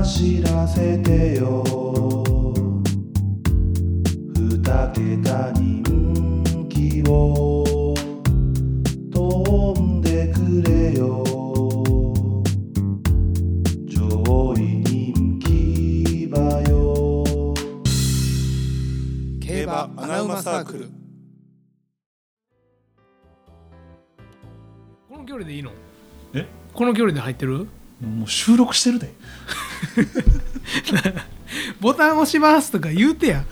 走らせてよ二桁人気を飛んでくれよ上位人気馬よ競馬アナウマサークル。 この距離でいいの？ え？ この距離で入ってる？ もう収録してるでボタン押しますとか言うてや。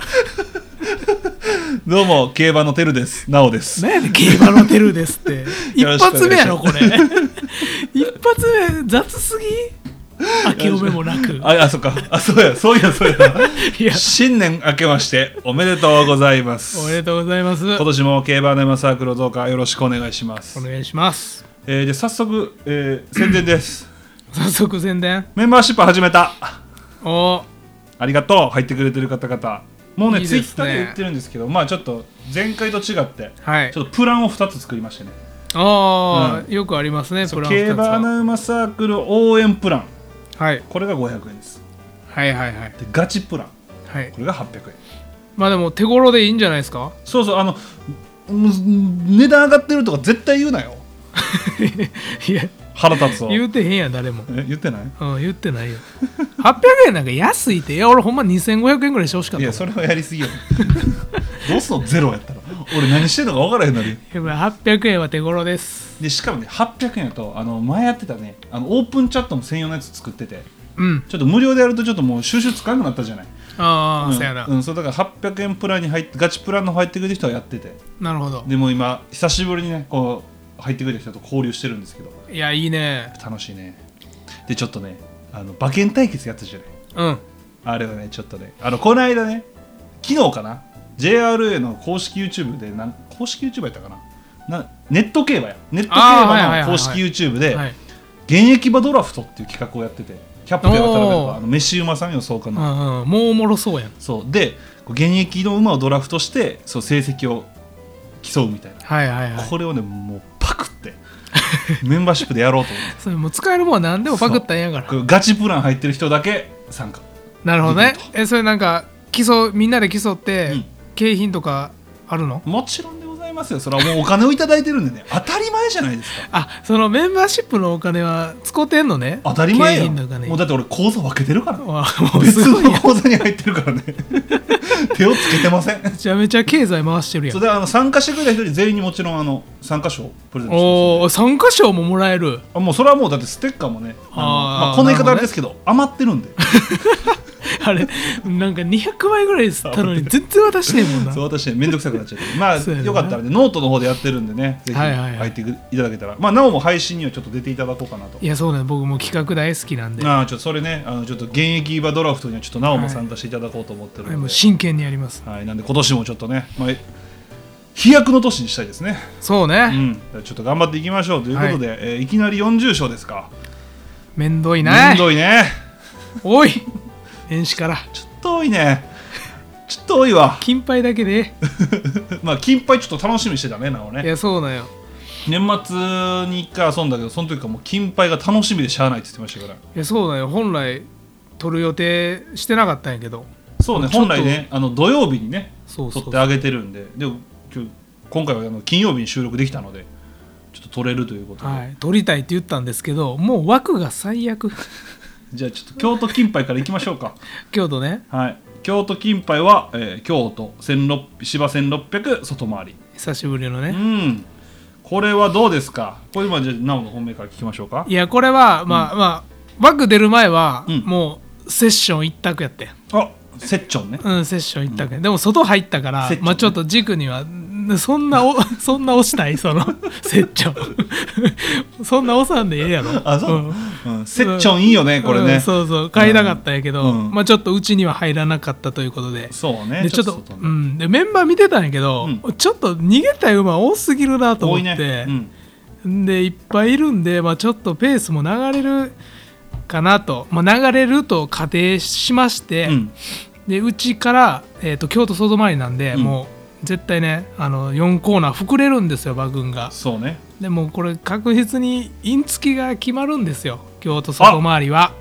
どうも競馬のテルです。なおです。 何やねん競馬のテルですって一発目やろこれ。一発目雑すぎ？明けおめもなく。 そっか。そうやいや新年明けましておめでとうございます。 おめでとうございます。 今年も競馬アナウマサークルをどうかよろしくお願いします。 お願いします。 で早速、宣伝です。 早速宣伝。 メンバーシップ始めた。 おありがとう。入ってくれてる方々もうねいいですねツイッターで言ってるんですけど、まあちょっと前回と違ってはいちょっとプランを2つ作りましてね。 よくありますねプラン2つ競馬アは。 ナウマサークル応援プラン、 はいこれが500円です。 はいはいはいでガチプラン、 はい。 これが800円。 まあでも手頃でいいんじゃないですか。 そう値段上がってるとか絶対言うなよ。 いや腹立つわ。 言うてへんやん誰も。 言ってない？ 言ってないよ。800円なんか安いって。いや俺ほんま2500円ぐらいしてほしかったもん。 いやそれはやりすぎよ。どうすんのゼロやったら俺何してんのか分からへんのに。 やっぱ800円は手頃です。 でしかもね800円やと前やってたねオープンチャットも専用のやつ作ってて、 うんちょっと無料でやるとちょっともう収集つかなくなったじゃない。 そうやな、 そうだから800円プランに入ってガチプランの入ってくれる人はやってて、 なるほど。 でも今久しぶりにねこう入ってくれた人と交流してるんですけどいやいいね。 楽しいね。でちょっとね馬券対決やったじゃない。 うんあれはねちょっとねこの間ね昨日かな JRA の公式 YouTube で公式 YouTube やったかなネット競馬の公式 YouTube で現役馬ドラフトっていう企画をやってて、キャップで渡辺とか飯馬さん予想家の、 もうおもろそうやん。 そうで現役の馬をドラフトしてそう成績を競うみたいな、 はいはいはい。 これをねもうパクってメンバーシップでやろうと思ってそれもう使えるもんは何でもパクったんやから。 これガチプラン入ってる人だけ参加。 なるほどねでき。 それなんかみんなで競って、景品とかあるの？ もちろんでございますよ。それはもうお金をいただいてるんでね当たり前じゃないですか。 そのメンバーシップのお金は使ってんのね。 当たり前よ。 景品のお金。 もうだって俺口座分けてるからもう別すごいやん。 の口座に入ってるからね手をつけてません。 めちゃめちゃ経済回してるやん。 それで参加してくれた人に全員にもちろん参加賞をプレゼントしおお、参加賞ももらえる。 ます。もうそれはもうだってステッカーもねこの言い方あれですけど余ってるんであれなんか200枚ぐらい吸ったのに全然渡してへんもんな。 そう私ねめんどくさくなっちゃってまあそうやなよかったらねノートの方でやってるんでねぜひはいはいはい入っていただけたら、まあなおも配信にはちょっと出ていただこうかなと。 いやそうね、僕も企画大好きなんで、 ちょっとそれねちょっと現役馬ドラフトにはちょっとなおも参加していただこうと思ってるので、 もう真剣にやります。 はい、なんで今年もちょっとね、飛躍の年にしたいですね。 そうね、 ちょっと頑張っていきましょうということで、いきなり40勝ですか。 めんどいめね。 んどいね。 おい年始からちょっと多いね。ちょっと多いわ。 金杯だけでまあ金杯ちょっと楽しみにしてたねなおね。 いやそうだよ。 年末に1回遊んだけどその時からもう金杯が楽しみでしゃあないって言ってましたから。 いやそうだよ、本来取る予定してなかったんやけど。 そうね、 ちょっと本来ね土曜日にねそうそう撮ってあげてるんで、でも今回は金曜日に収録できたのでちょっと撮れるということで、 はい、取りたいって言ったんですけど、もう枠が最悪。 じゃあちょっと京都金杯からいきましょうか。 京都ね、 はい、京都金杯は、京都芝1600外回り。 久しぶりのね、 これはどうですか。これじゃあなおの本命から聞きましょうか。 いやこれは枠出る前は、もうセッション一択やって。 セッチョンね。 セッション一択や、でも外入ったから、 セッチョンねちょっと軸にはそんな押したいそのセッチョンそんな押さんでええやろ。 セッチョンいいよねこれね。 そうそう買いたかったんやけど、ちょっとうちには入らなかったということで。 そうね。 でちょっとでメンバー見てたんやけど、ちょっと逃げたい馬多すぎるなと思って、でいっぱいいるんで、ちょっとペースも流れるかなと、流れると仮定しまして、でうちから、京都外回りなんで、もう絶対ね4コーナー膨れるんですよ馬群が。 そうね。 でもこれ確実にイン付きが決まるんですよ京都外回りは。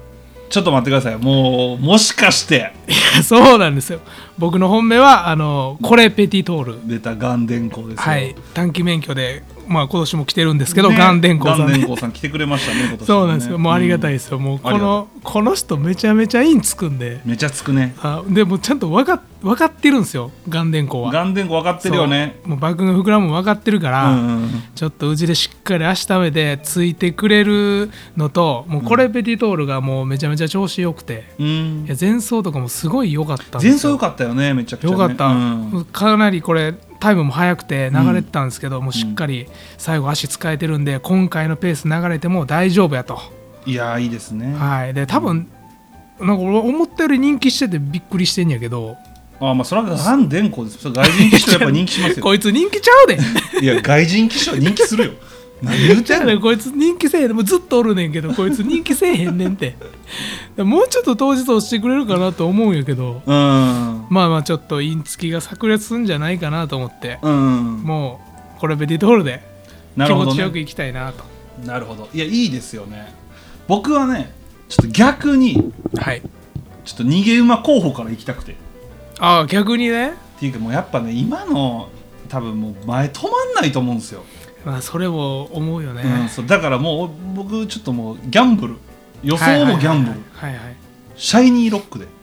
ちょっと待ってください。もしかしていやそうなんですよ。僕の本命はコレペティトール出たガンデンコですよ。 はい短期免許で今年も来てるんですけど、ガンデンコさんね。 ガンデンコさん来てくれましたね今年ね。 そうなんですよ。もうありがたいですよ。もうこの人めちゃめちゃインつくんで。 めちゃつくね。 でもちゃんと分かってるんですよ、ガンデンコは。 ガンデンコ分かってるよね。 もう爆が膨らむも分かってるから、ちょっとうちでしっかり足ためてついてくれるのと、もうコレペティトールがもうめちゃめちゃ調子よくて、いや前走とかもすごい良かったんですよ。 前走良かったよね、めちゃくちゃ、ね、 良かった、かなりこれタイムも速くて流れてたんですけど、もうしっかり最後足使えてるんで、今回のペース流れても大丈夫やと。 いやいいですね。 はい。で多分なんか俺思ったより人気しててびっくりしてんやけど。 それはガンデンコです。外人騎手はやっぱ人気しますよ。 こいつ人気ちゃうで。 いや外人騎手は人気するよ。何言うてんの。 こいつ人気せえへん。もうずっとおるねんけど、こいつ人気せえへんねんってもうちょっと当日押してくれるかなと思うんやけど、まあちょっとイン付きが炸裂するんじゃないかなと思って、もうこれベティトールで気持ちよくいきたいなと。 なるほど。いやいいですよね。僕はねちょっと逆に、 はい、 ちょっと逃げ馬候補から行きたくて。 逆にね。 っていうかもうやっぱね今の多分もう前止まんないと思うんですよ。 それも思うよね。 そうだからもう僕ちょっともうギャンブル、予想もギャンブル、シャイニーロックで。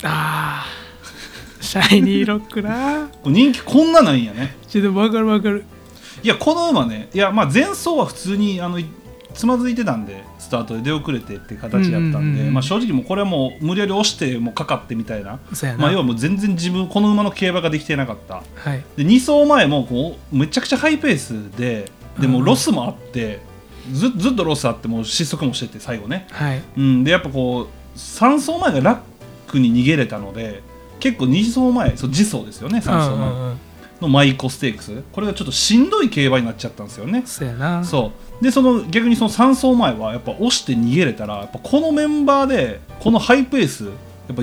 シャイニーロックな。 人気こんなないんやね。 ちょっと分かる。 いやこの馬ね、いや前走は普通につまずいてたんでスタートで出遅れてって形やったんで、正直もうこれはもう無理やり押してもうかかってみたいな、要はもう全然この馬の競馬ができてなかった、で2走前もこうめちゃくちゃハイペースでもロスもあって、ずっとロスあってもう失速もしてて最後ね、でやっぱこう3走前がラックに逃げれたので結構2走前次走ですよね、3走前のマイコステークス、これがちょっとしんどい競馬になっちゃったんですよね。 そうやな。 で逆にその3走前はやっぱ押して逃げれたらやっぱこのメンバーでこのハイペースやっぱ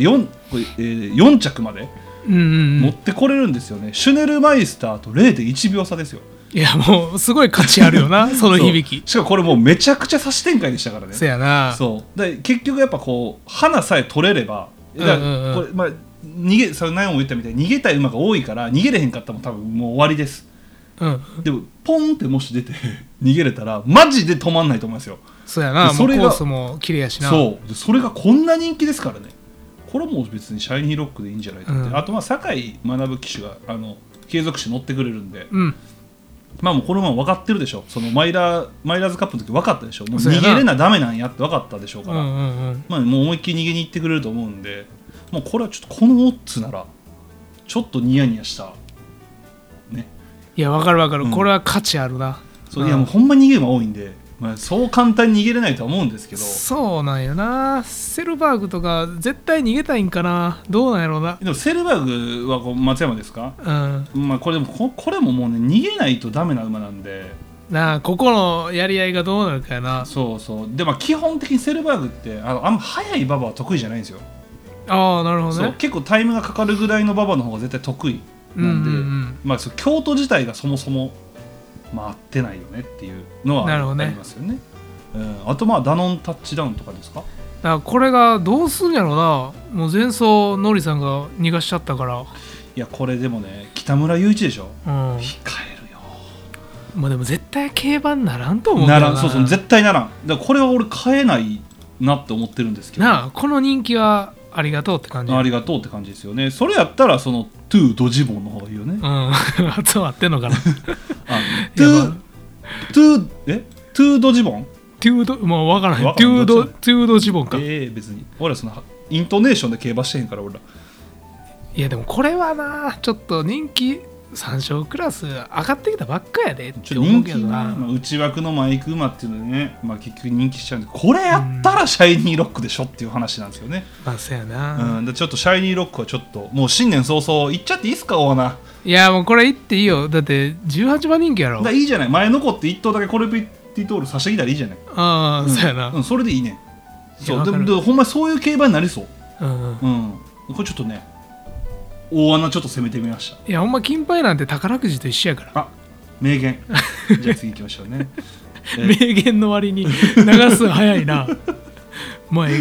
4着まで持ってこれるんですよね。シュネルマイスターと 0.1 秒差ですよ。 いやもうすごい価値あるよなその響き。 しかもこれもうめちゃくちゃ差し展開でしたからね。 そうやな。 で結局やっぱこう花さえ取れれば、これ何も言ったみたいに逃げたい馬が多いから逃げれへんかったら多分もう終わりです。でもポンってもし出て逃げれたらマジで止まんないと思いますよ。 そうやな。もうコースも綺麗やしな。 それがこんな人気ですからね。これも別にシャイニーロックでいいんじゃないかって、あと酒井学騎手が継続して乗ってくれるんで、もうこのまま分かってるでしょ。そのマイラーズカップの時分かったでしょ。もう逃げれなダメなんやって分かったでしょうから、もう思いっきり逃げに行ってくれると思うんで、もうこれはちょっとこのオッズならちょっとニヤニヤしたね。 いや分かる、これは価値あるな。 いやもうほんまに逃げ馬多いんで、そう簡単に逃げれないとは思うんですけど。そうなんよな。セルバーグとか絶対逃げたいんかな。どうなんやろうな。 でもセルバーグは松山ですか。これももうね逃げないとダメな馬なんでここのやり合いがどうなるかやな。 で基本的にセルバーグってあんま速い馬場は得意じゃないんですよ。 なるほどね。 結構タイムがかかるぐらいの馬場の方が絶対得意なんで、京都自体がそもそも合ってないよねっていうのはありますよね。あとダノンタッチダウンとかですか。 これがどうすんやろうな。もう前走ノリさんが逃がしちゃったから。いやこれでもね北村雄一でしょ、控えるよ。 でも絶対競馬にならんと思うんだよな。 そう絶対ならん。だからこれは俺変えないなって思ってるんですけどこの人気はありがとうって感じ。 ありがとうって感じですよね。それやったらそのトゥードジボンの方がいいよね。 発音合ってんのかな。 トゥードジボンもう分からへん。トゥードジボンか。 別に俺らそのイントネーションで競馬してへんから俺ら。 いやでもこれはなちょっと人気3勝クラス上がってきたばっかやでって思うけどな。 内枠の前行く馬っていうのでね、結局人気しちゃうんで、これやったらシャイニーロックでしょっていう話なんですよね。 そうやな。 でちょっとシャイニーロックはちょっともう新年早々行っちゃっていいっすかオーナー。 いやもうこれ行っていいよ。だって18番人気やろ。 いいじゃない。前残って1頭だけコレペティトール差し上げたらいいじゃない。 そうやな。 それでいいね。でほんまそういう競馬になりそう。これちょっとね大穴ちょっと攻めてみました。 いやほんま金牌なんて宝くじと一緒やから。 名言。じゃあ次行きましょうね。 名言の割に流す早いな。もうええよ。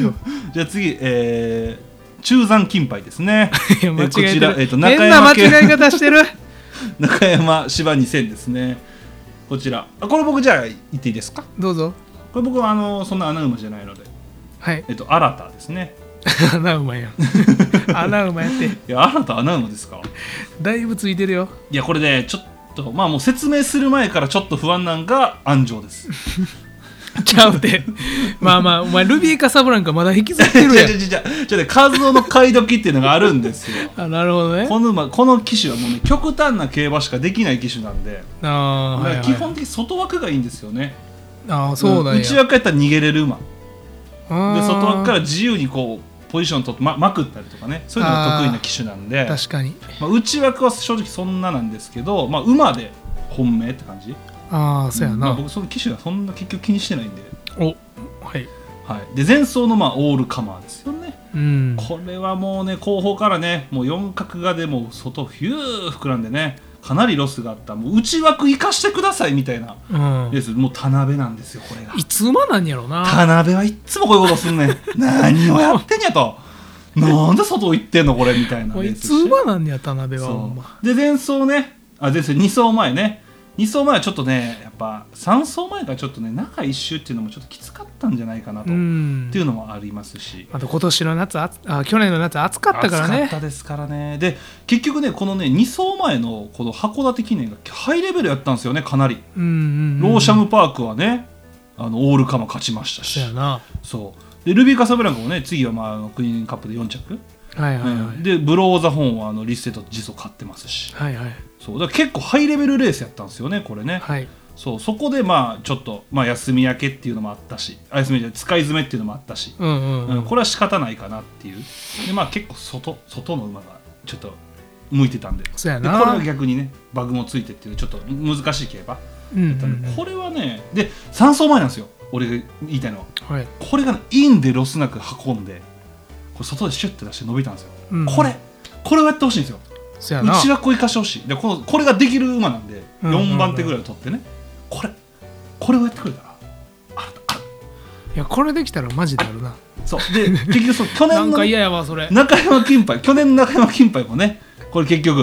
じゃあ次、中山金杯ですね。 いや間違えてる、 こちら、 変な間違い方してる。 中山芝2000ですね。こちら、これ僕じゃあ言っていいですか。 どうぞ。 これ僕はそんな穴馬じゃないので、 はい。 新たですね。 穴馬やん。穴馬やって。いや、新た穴馬ですか。 だいぶついてるよ。 いや、これね、ちょっとまあもう説明する前からちょっと不安なんが安城です。 ちゃうて。まあまあ、お前ルビーカサブランカまだ引きずってるやん。 じゃあカズオの買い時っていうのがあるんですよ。 あ、なるほどね。 この機種はもうね、極端な競馬しかできない機種なんで、 あ、はいはい、 基本的に外枠がいいんですよね。 ああ、そうだよ。 内枠やったら逃げれる馬で、外枠から自由にこうポジション取ってまくったりとかね、そういうのが得意な機種なんで、 確かに、 内枠は正直そんななんですけど、馬で本命って感じ。 ああ、そうやな。 僕その機種はそんな結局気にしてないんで。 お、はい、 はい、で前走のオールカマーですよね、 うん、 これはもうね、後方からね、もう4角がでも外ヒュー膨らんでね、かなりロスがあった、もう内枠生かしてくださいみたいな、です。もう田辺なんですよ、これが。 いつ馬なんやろな。 田辺はいっつもこういうことすんねん。何をやってんやと。なんで外行ってんのこれみたいな。 いつ馬なんや、田辺は。 で前走ね、前走2走前ね、2走前はちょっとね、やっぱ3走前からちょっとね、中1周っていうのもちょっときつかったんじゃないかなと、っていうのもありますし、 あと今年の夏、去年の夏暑かったからね。 暑かったですからね。で結局ね、このね2走前のこの函館記念がハイレベルやったんですよね、かなり。ローシャムパークはね、オールカマ勝ちましたし、 そうやな。 そうでルビーカサブランカもね、次はクイーンカップで4着、 はいはいはい、 でブローザホーンはリステとジソ勝ってますし、 はいはい、 そうだから結構ハイレベルレースやったんですよね、これね。 はい、 そこでちょっと休み明けっていうのもあったし、休みじゃない、使い詰めっていうのもあったし、これは仕方ないかなっていう。で結構外の馬がちょっと向いてたんで、 そうやな。 でこれは逆にねバグもついてっていうちょっと難しい競馬だったんで、これはね、で3走前なんですよ、俺が言いたいのは、はい、これが、ね、インでロスなく運んで、これ外でシュッて出して伸びたんですよ、これをやってほしいんですよ。内枠を生かしてほしい。でこれができる馬なんで、4番手ぐらいを取ってね、これをやってくれたら、 いや、これできたらマジであるな。 そうで結局去年のなんか嫌やわそれ。 中山金杯、去年の中山金杯もね、これ結局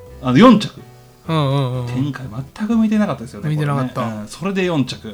4着、展開全く見てなかったですよね。 見てなかった、 それで4着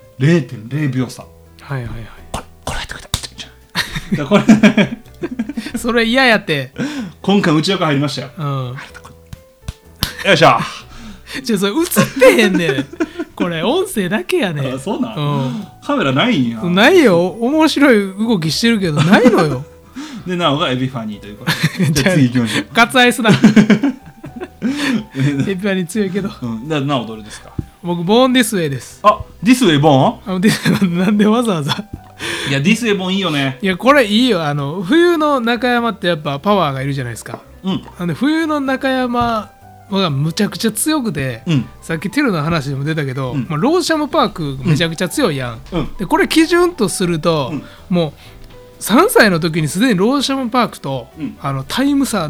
0.0 秒差。はいはいはい。これやってくれた。これそれ嫌やって。 今回内枠入りましたよ。よいしょ。 それ映ってへんねん。これ音声だけやねん。 そうなん、カメラないんや。 ないよ。面白い動きしてるけどないのよ。 でなおがエビファニーということで、じゃあ次行きましょう。 カツアイスな。エビファニー強いけど。 なおどれですか。 僕ボーンディスウェイです。 あ、ディスウェイボーン。なんでわざわざ。 いや、ディスウェイボーンいいよね。 いや、これいいよ。冬の中山ってやっぱパワーがいるじゃないですか。冬の中山がむちゃくちゃ強くて、さっきテルの話でも出たけど、ローシャムパークめちゃくちゃ強いやん。でこれ基準とすると、もう3歳の時にすでにローシャムパークと、タイム差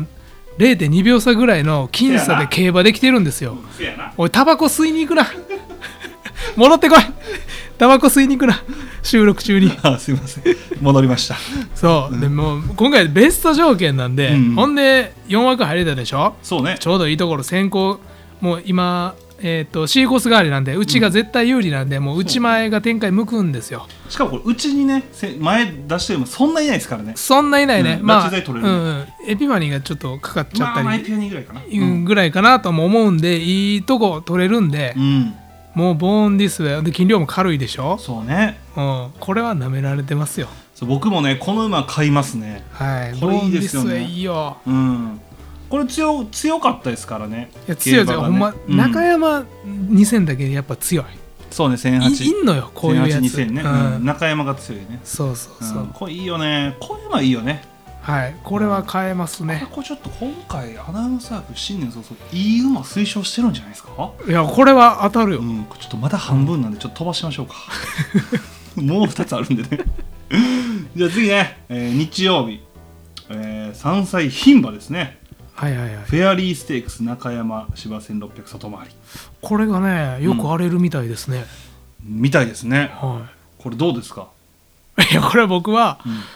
0.2 秒差ぐらいの僅差で競馬できてるんですよ。おい、タバコ吸いに行くな。戻ってこい。タバコ吸いに行くな、収録中に。 すいません、戻りました。 そう、でも今回ベスト条件なんで、ほんで4枠入れたでしょ。 そうね、 ちょうどいいところ先行、もう今シーコース代わりなんで、うちが絶対有利なんで、もう内前が展開向くんですよ。 しかもこれうちにね、前出してもそんないないですからね。 そんないないね。 マッチ材取れる。 エピファニーがちょっとかかっちゃったり、 エピファニーぐらいかな、 ぐらいかなとも思うんで、いいとこ取れるんで、もうボーンディスウェイで斤量も軽いでしょ。 そうね、 これは舐められてますよ。 僕もね、この馬買いますね。 はい、 これいいですよね。 ボーンディスウェイいいよ。 これ強かったですからね。 いや、強いですよ、ほんま。中山2000だけやっぱ強い。 そうね、1008 いんのよ、こういうやつ。 2000ね、中山が強いね。 そうそうそう、 これいいよね。こういうのはいいよね。 はい、これは買えますね。 これちょっと今回アナウンサー部新年早々いい馬推奨してるんじゃないですか。 いや、これは当たるよ。 ちょっとまだ半分なんでちょっと飛ばしましょうか。もう2つあるんでね。じゃあ次ね、日曜日、3歳牝馬ですね。 はいはいはい、 フェアリーステークス中山芝1600外回り。 これがね、よく荒れるみたいですね。 みたいですね。これどうですか。 いや、これ僕は、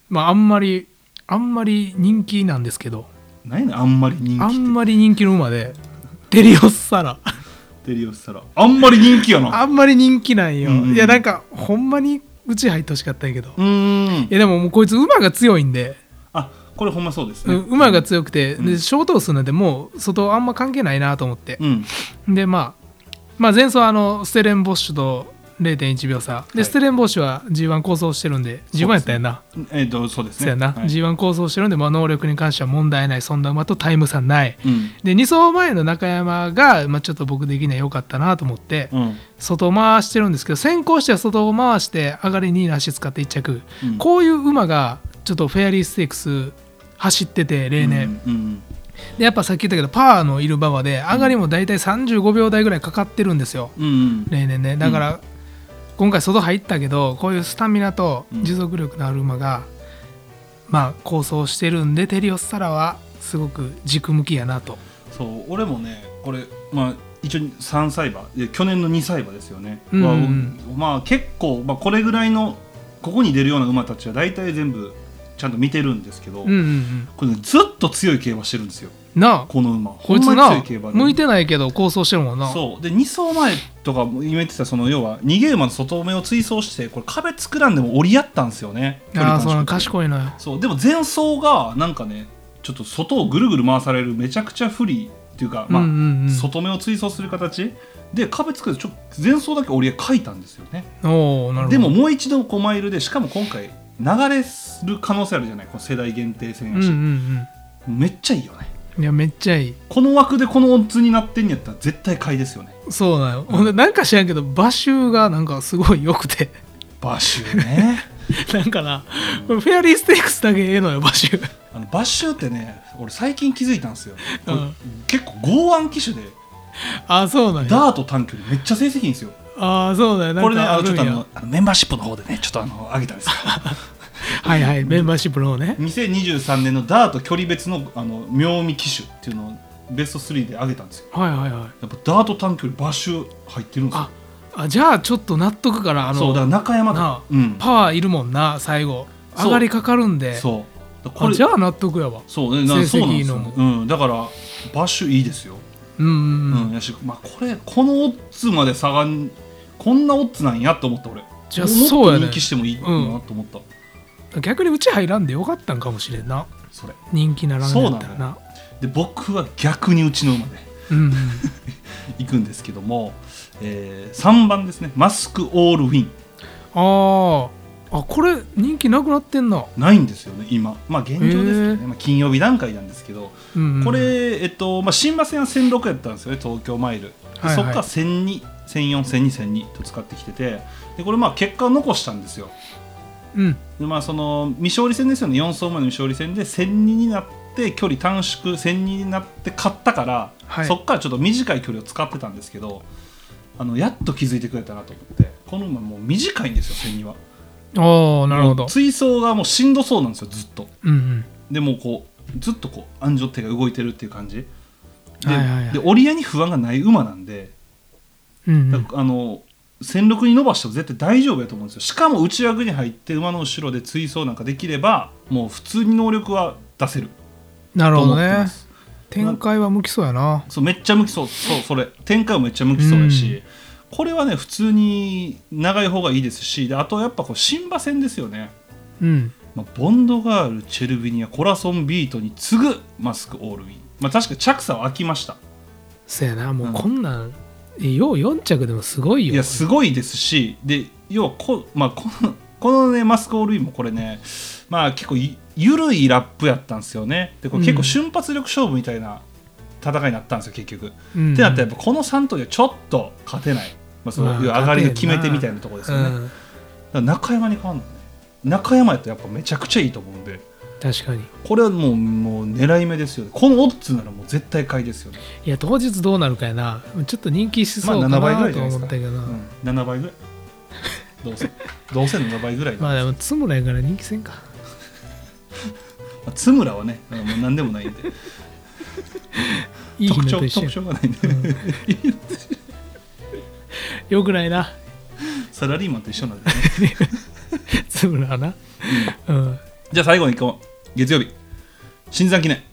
まああんまり人気なんですけど。 何やねんあんまり人気って。 あんまり人気の馬でテリオッサラあんまり人気やな。 あんまり人気なんよ、 うん、 いやなんかほんまにうち入ってほしかったんやけど、 いやでももうこいつ馬が強いんで、 これほんまそうですね、 馬が強くて、でショート数なんてもう外あんま関係ないなと思って、でまあ前走ステレンボッシュと0.1 秒差で、ステレンボッシュは G1 構想してるんで G1 やったやんな。 そうですね。 そうやな、G1 構想してるんで、能力に関しては問題ない、そんな馬とタイム差ない、 うん、 で2走前の中山が、ちょっと僕的には良かったなと思って、外回してるんですけど、先行しては外を回して上がりに足使って1着、こういう馬がちょっとフェアリーステークス走ってて例年、でやっぱさっき言ったけどパワーのいる馬場で上がりもだいたい35秒台ぐらいかかってるんですよ、例年ね。だから、今回外入ったけどこういうスタミナと持続力のある馬が、構想してるんで、テリオスサラはすごく軸向きやなと。 そう俺もねこれ一応3歳馬で去年の2歳馬ですよね、結構、これぐらいのここに出るような馬たちは大体全部ちゃんと見てるんですけど、これ、ね、ずっと強い競馬してるんですよな。 この馬こいつな向いてないけど構想してるもんな。 そうで2走前とか今言ってたその要は逃げ馬の外目を追走してこれ壁作らんでも折り合ったんですよね。 そう賢いな。 そうでも前走がなんかねちょっと外をぐるぐる回されるめちゃくちゃ不利っていうか、外目を追走する形で壁作ると前走だけ折り合い書いたんですよね。 なるほど。 でももう一度5マイルでしかも今回流れる可能性あるじゃない、この世代限定戦やし、めっちゃいいよね。 いやめっちゃいい。 この枠でこのオッズになってんやったら絶対買いですよね。 そうなよ、なんか知らんけど馬臭がなんかすごい良くて。 馬臭ねなんかな、フェアリーステークスだけええのよ馬臭。 馬臭ってね俺最近気づいたんですよ、結構剛腕騎手でそうなんや。 ダート短距離めっちゃ成績いいんですよ。 そうだよ。 これねちょっとメンバーシップの方でねちょっと上げたんですよはいメンバーシップの方ね。 2023年のダート距離別の妙味騎手っていうのをベスト3で上げたんですよ。 やっぱダート短距離馬臭入ってるんですよ。 じゃあちょっと納得からそうだから中山だパワーいるもんな、最後上がりかかるんで。そうこれじゃあ納得やわ。 そうね、成績いいのも、だから馬臭いいですよ。やし、このオッズまで下がんこんなオッズなんやと思った俺。 じゃあそうやね。 人気してもいいなと思った、 逆にうち入らんでよかったんかもしれんな。 それ人気ならんやったらな。 で僕は逆にうちの馬で行くんですけども、3番ですね、マスクオールウィン。 これ人気なくなってんな。 ないんですよね今、現状ですけどね、金曜日段階なんですけど、これ、新馬戦は1600やったんですよね、東京マイル。そこから1002、1004、1002、1002と使ってきてて、でこれ結果を残したんですよ。でその未勝利戦ですよね、4走前の未勝利戦で1002になって距離短縮1002になって勝ったから、そこからちょっと短い距離を使ってたんですけど、やっと気づいてくれたなと思って、この馬もう短いんですよ1002は。 なるほど。 追走がもうしんどそうなんですよずっと、でもずっとアンジョ手が動いてるっていう感じで、折り合いに不安がない馬なんで、戦力に伸ばしても絶対大丈夫やと思うんですよ。しかも内枠に入って馬の後ろで追走なんかできればもう普通に能力は出せる。 なるほどね。展開は向きそうやな。 めっちゃ向きそう。それ展開もめっちゃ向きそうやし、これはね普通に長い方がいいですし、であとやっぱ新馬戦ですよね。ボンドガール、チェルビニア、コラソンビートに次ぐマスクオールウィン。確かに着差は空きました。 そうやな、もうこんなん、よう4着でもすごいよ。 いやすごいですし、で要はこのねマスクオールウィンもこれね、結構緩いラップやったんですよね。でこれ結構瞬発力勝負みたいな戦いになったんですよ結局。ってなったらやっぱこの3頭ではちょっと勝てない、その上がりの決め手みたいなところですよね。だから中山に変わるのね。中山やとやっぱめちゃくちゃいいと思うんで、 確かにこれはもう狙い目ですよね。このオッズならもう絶対買いですよね。 いや当日どうなるかやな、ちょっと人気しそうかなと思ったけどな。 7倍ぐらいどうせ7倍ぐらい。 でも津村やから人気せんか。 津村はねもう何でもないんでいい特徴がないんで、 よくないな。 サラリーマンと一緒なんでね津村はな、 じゃあ最後に月曜日新山記念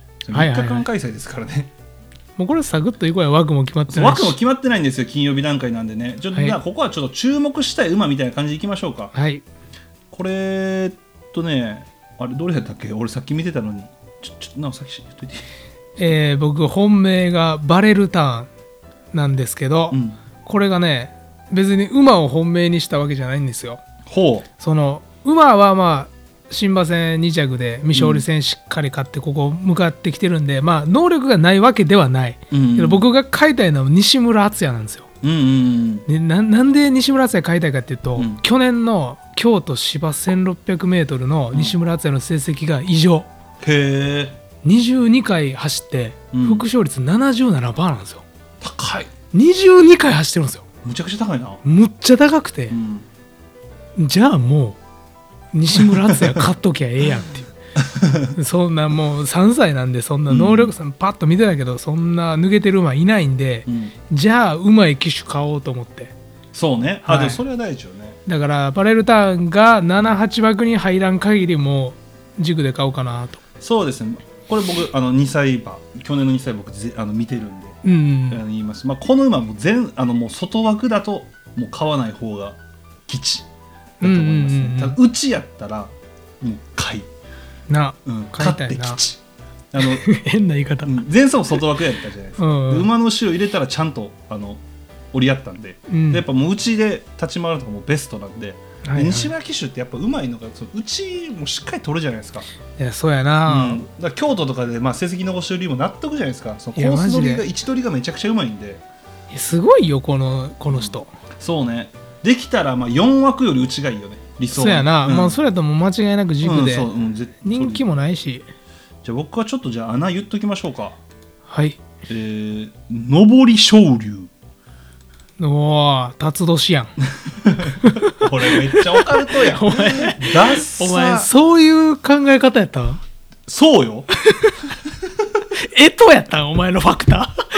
3 はいはいはい日間開催ですからね、 もうこれサクッといこうや。枠も決まってないし。 枠も決まってないんですよ、金曜日段階なんでね。ちょっと、 はいここはちょっと注目したい馬みたいな感じでいきましょうか。 はい。 これね、あれどれやったっけ、俺さっき見てたのになお先言っといて。 僕本命がバレルターンなんですけど、これがね別に馬を本命にしたわけじゃないんですよ。 ほう。 その馬はまあ新馬戦2着で未勝利戦しっかり勝ってここ向かってきてるんで、まあ能力がないわけではない、けど僕が買いたいのは西村敦也なんですよ。でなんで西村敦也買いたいかっていうと、去年の京都芝 1600m の西村敦也の成績が異常。 へえ。 22回走って副勝率 77% なんですよ。 高い。 22回走ってるんですよ。 むちゃくちゃ高いな。 むっちゃ高くて、じゃあもう西村敦也買っときゃええやんっていうそんなもう3歳なんでそんな能力差パッと見てたけどそんな抜けてる馬いないんで、じゃあうまい騎手買おうと思って。 そうね、でもそれは大事よね。 だからバレルターンが7、8枠に入らん限りもう軸で買おうかなと。 そうですね、これ僕2歳馬去年の2歳僕見てるんで、言います。この馬ももう外枠だともう買わない方が吉だと思いますね。ただうちやったらもう買いな、 買って吉変な言い方。 前走も外枠やったじゃないですか。馬の後ろ入れたらちゃんと折り合ったんで、でやっぱもううちで立ち回るとかもベストなんで、西村騎手ってやっぱうまいのがうちもしっかり取るじゃないですか。 いやそうやな、 だから京都とかで成績残してる理由も納得じゃないですか。そのコース取りが位置取りがめちゃくちゃうまいんで。 すごいよこの人。 そうね、できたら4枠よりうちがいいよね、理想は。 そうやな、それとも間違いなく軸で、人気もないし。 じゃあ僕はちょっと穴言っときましょうか。 はい。 上り昇竜。 おお、辰年やん。 これめっちゃオカルトやん。お前そういう考え方やったん？ そうよ。 干支やったんお前のファクター。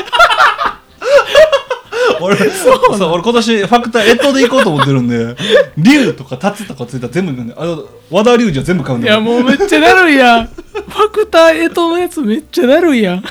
俺今年ファクター干支でいこうと思ってるんで、竜とか辰とかついたら全部ね、和田龍二は全部買うんだよ。 いやもうめっちゃだるいやん。ファクター干支のやつめっちゃだるいやん。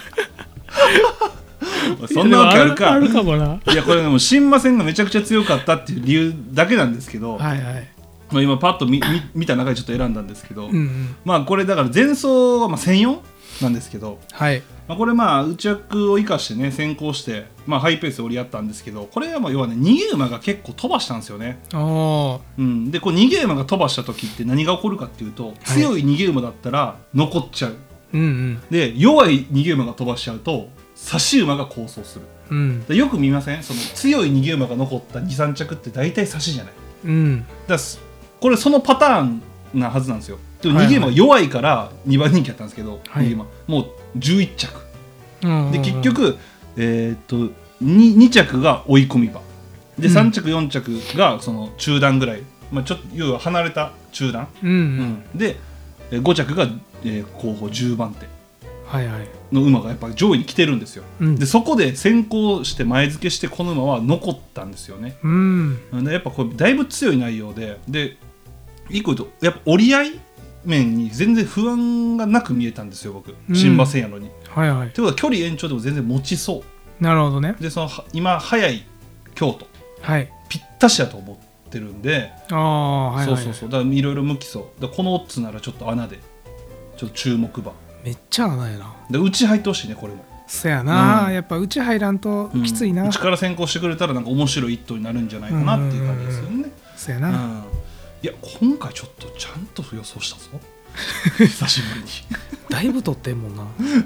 そんなわけあるか。 あるかもな。 いやこれでも新馬戦がめちゃくちゃ強かったっていう理由だけなんですけど、今パッと見た中でちょっと選んだんですけど、これだから前走は1004なんですけど、これ内枠を生かしてね先行してハイペースで折り合ったんですけど、これは要はね逃げ馬が結構飛ばしたんですよね。でこう逃げ馬が飛ばした時って何が起こるかっていうと、強い逃げ馬だったら残っちゃう、で弱い逃げ馬が飛ばしちゃうと差し馬が構想する、よく見ません？その強い逃げ馬が残った 2,3 着って大体差しじゃない、だこれそのパターンなはずなんですよ。でも逃げ馬が弱いから2番人気やったんですけど、逃げ馬もう11着、で結局、2着が追い込み馬で、3着4着がその中段ぐらい、ちょっと要は離れた中段、で5着が、後方10番手の馬がやっぱり上位に来てるんですよ、でそこで先行して前付けしてこの馬は残ったんですよね、でやっぱこれだいぶ強い内容で一個言うとやっぱ折り合い面に全然不安がなく見えたんですよ僕、新馬戦やのに。ということは距離延長でも全然持ちそう。 なるほどね。 でその今速い京都、ぴったしだと思ってるんで、そうだからいろいろ向きそう。だこのオッズならちょっと穴でちょっと注目馬。 めっちゃ穴やな。 で内入ってほしいねこれも。 そやな、やっぱ内入らんときついな。 内から先行してくれたらなんか面白い一頭になるんじゃないかなっていう感じですよね。 そやな。 いや今回ちょっとちゃんと予想したぞ。久しぶりに。 だいぶ取ってんもんな。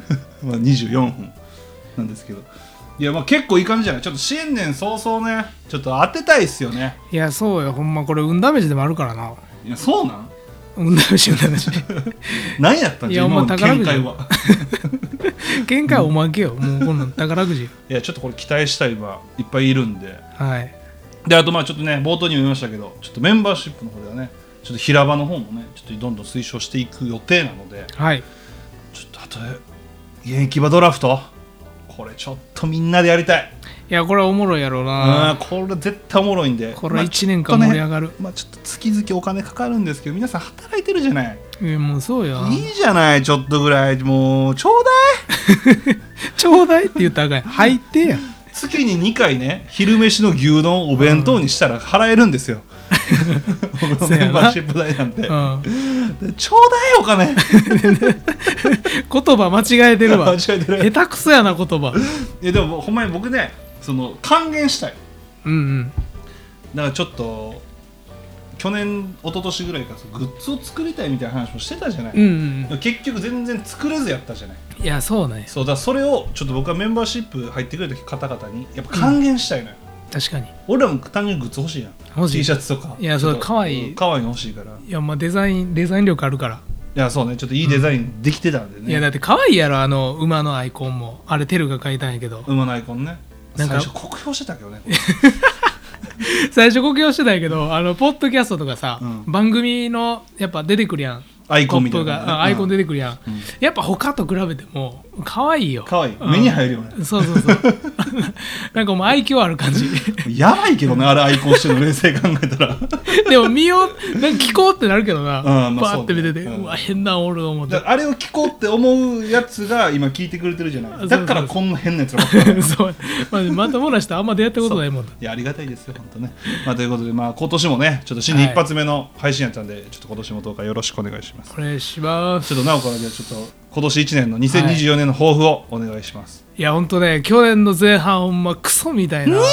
24分なんですけど、いや結構いい感じじゃない。ちょっと新年早々ねちょっと当てたいっすよね。 いやそうよ、ほんまこれ運試しでもあるからな。 いやそうなん運試し何やったんじゃ今の見解は。 見解はおまけよ、もうこんなん宝くじ。 いやちょっとこれ期待したい馬いっぱいいるんで、であとちょっとね冒頭にも言いましたけど、ちょっとメンバーシップの方ではねちょっと平場の方もねちょっとどんどん推奨していく予定なので、ちょっとあと現役馬ドラフトこれちょっとみんなでやりたい。 いやこれはおもろいやろうな。 これ絶対おもろいんで、 これ1年間盛り上がる。 ちょっと月々お金かかるんですけど、皆さん働いてるじゃない。 もうそうよ。 いいじゃない、ちょっとぐらいもうちょうだいちょうだいって言ったらあかん。入ってや。 月に2回ね、昼飯の牛丼お弁当にしたら払えるんですよ、メンバーシップ代なんて、ちょうだいお金言葉間違えてるわ。 間違えてる。 下手くそやな言葉。 でもほんまに僕ね、その還元したい。だからちょっと去年一昨年ぐらいからグッズを作りたいみたいな話もしてたじゃない、結局全然作れずやったじゃない。 いやそうね。 そうだ、それをちょっと僕はメンバーシップ入ってくれた方々にやっぱ還元したいのよ、 確かに。 俺らも単純にグッズ欲しいやん。 欲しい。 T シャツとか。 いやそれかわいい。 かわいいの欲しいから。 いやまあデザイン力あるから。 いやそうね、ちょっといいデザインできてたんでね、 いやだってかわいいやろ、あの馬のアイコンも。あれテルが描いたんやけど。 馬のアイコンね。 なんか最初酷評してたけどね最初酷評してたんやけど、ポッドキャストとかさ、番組のやっぱ出てくるやん、 アイコンみたいな、 アイコン出てくるやん、やっぱ他と比べても可愛いよ。 可愛い、目に入るよね。 そうなんかもう愛嬌ある感じやばいけどね、あれアイコンしてるの冷静考えたらでも見よう、なんか聞こうってなるけどな、 まあパーって見てて、うわ変なおる思って。 あれを聞こうって思うやつが今聞いてくれてるじゃない。だからこんな変なやつらばっかりそうまたもらしてあんま出会ったことないもん。 いやありがたいですよ本当ね。ということで、今年もねちょっと新年一発目の配信やったんで、ちょっと今年もどうかよろしくお願いします。 お願いします。 ちょっとなおからじゃあちょっと今年1年の2024年の抱負をお願いします。 いやほんとね、去年の前半ほんまクソみたいな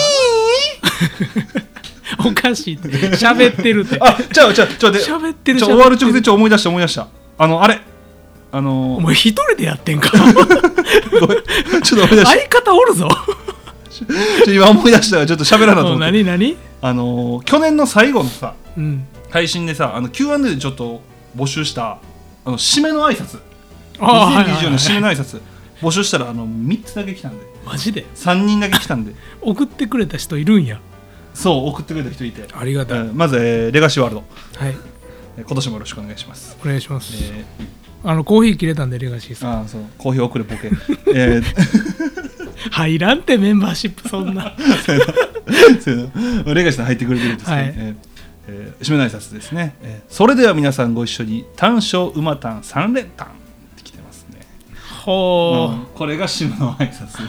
おかしいって喋ってるって喋ってる終わる直前思い出したあれお前一人でやってんかごめんちょっと思い出した。 相方おるぞ今思い出したらちょっと喋らなと思って。 何去年の最後のさ、配信でさQ&A でちょっと募集した締めの挨拶、2024年締めの挨拶募集したら3つだけ来たんで。 マジで 3人だけ来たんで送ってくれた人いるんや。 そう送ってくれた人いてありがたい。 まず、レガシーワールド、 はい、 今年もよろしくお願いします。 お願いします。コーヒー切れたんでレガシーさん。 そうコーヒー送れボケ入らんてメンバーシップそんなレガシーさん入ってくれてるんですね、締めの挨拶ですね、それでは皆さんご一緒に単勝馬単3連単ってきてますね。 ほう、これが締めの挨拶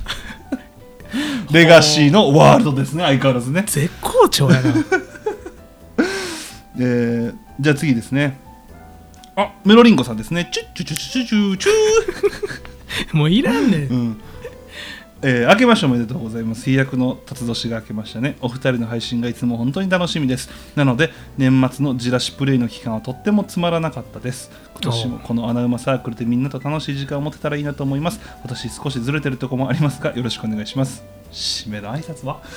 レガシーのワールドですね、相変わらずね。 絶好調やなじゃあ次ですね。メロリンゴさんですね。チュッチュチュチュチュチュもういらんねん、 明けましておめでとうございます。飛躍の辰年が明けましたね。お二人の配信がいつも本当に楽しみです。なので年末のじらしプレイの期間はとってもつまらなかったです。今年もこの穴馬サークルでみんなと楽しい時間を持てたらいいなと思います。私少しずれてるところもありますがよろしくお願いします。締めの挨拶は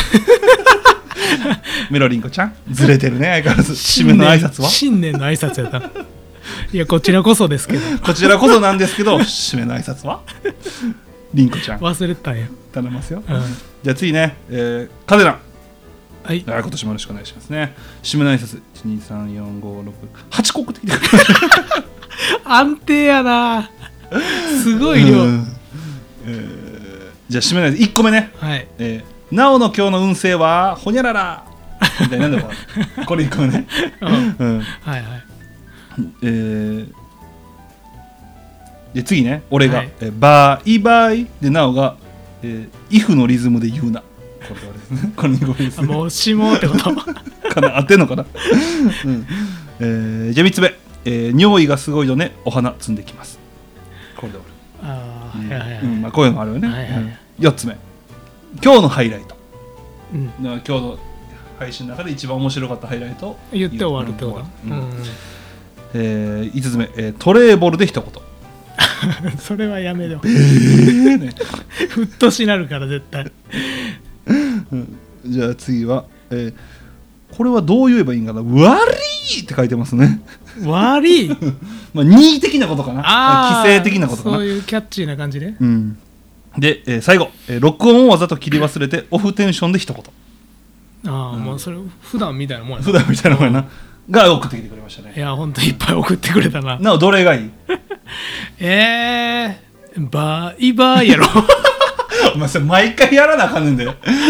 メロリンコちゃんずれてるね、相変わらず。締めの挨拶は新年の挨拶やったいやこちらこそですけどこちらこそなんですけど締めの挨拶はリンコちゃん忘れてたんや。 頼みますよ、じゃあ次ね、カデナ、 はい、 今年もよろしくお願いしますね。締めの挨拶1234568個送ってきてくれ安定やな、すごい量。 じゃあ締めの挨拶1個目ね、なおの今日の運勢はほにゃららみたいな。なんだこれ1個目ねはいはい。で次ね、俺が、バイバイでなおが、イフのリズムで言うな。これですね。これ2個目ですね。 もうしもうってことかな、合ってんのかな、じゃあ3つ目、尿意がすごいのね、お花摘んできます。これで俺こういうのもあるよね、4つ目、今日のハイライト、今日の配信の中で一番面白かったハイライトを言って終わるってこと。 5つ目、トレーボルで一言それはやめろふっとしなるから絶対じゃあ次は、これはどう言えばいいんかな。悪いって書いてますね。 悪いまあ任意的なことかな、規制的なことかな。 そういうキャッチーな感じね、 で、最後、録音をわざと切り忘れてオフテンションで一言。 もうそれ普段みたいなもんやな。 普段みたいなもんやな、が送ってきてくれましたね。 いやほんといっぱい送ってくれたな。 なおどれがいいバイバイやろお前それ毎回やらなあかんねんで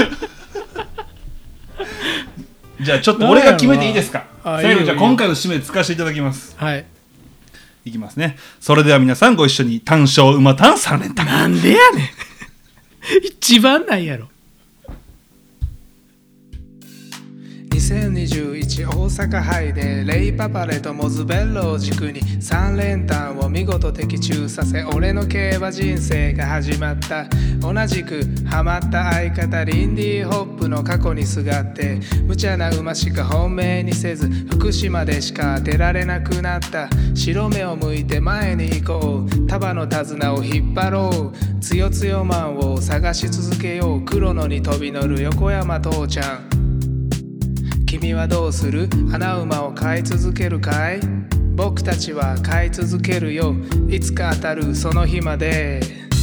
じゃあちょっと俺が決めていいですか。最後じゃあ今回の締めで使わせていただきます。 はい、 いきますね。それでは皆さんご一緒に単勝馬単3連単。 なんでやねん一番ないやろ。2021大阪杯でレイパパレとモズベッロを軸に3連単を見事的中させ、俺の競馬人生が始まった。同じくハマった相方リンディホップの過去にすがって、無茶な馬しか本命にせず福島でしか当てられなくなった。白目を向いて前に行こう、束の手綱を引っ張ろう、つよつよマンを探し続けよう、黒野に飛び乗る横山父ちゃん。君はどうする？穴馬を飼い続けるかい？僕たちは飼い続けるよ、いつか当たるその日まで。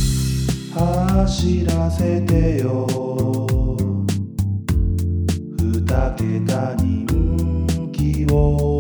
走らせてよ2桁人気を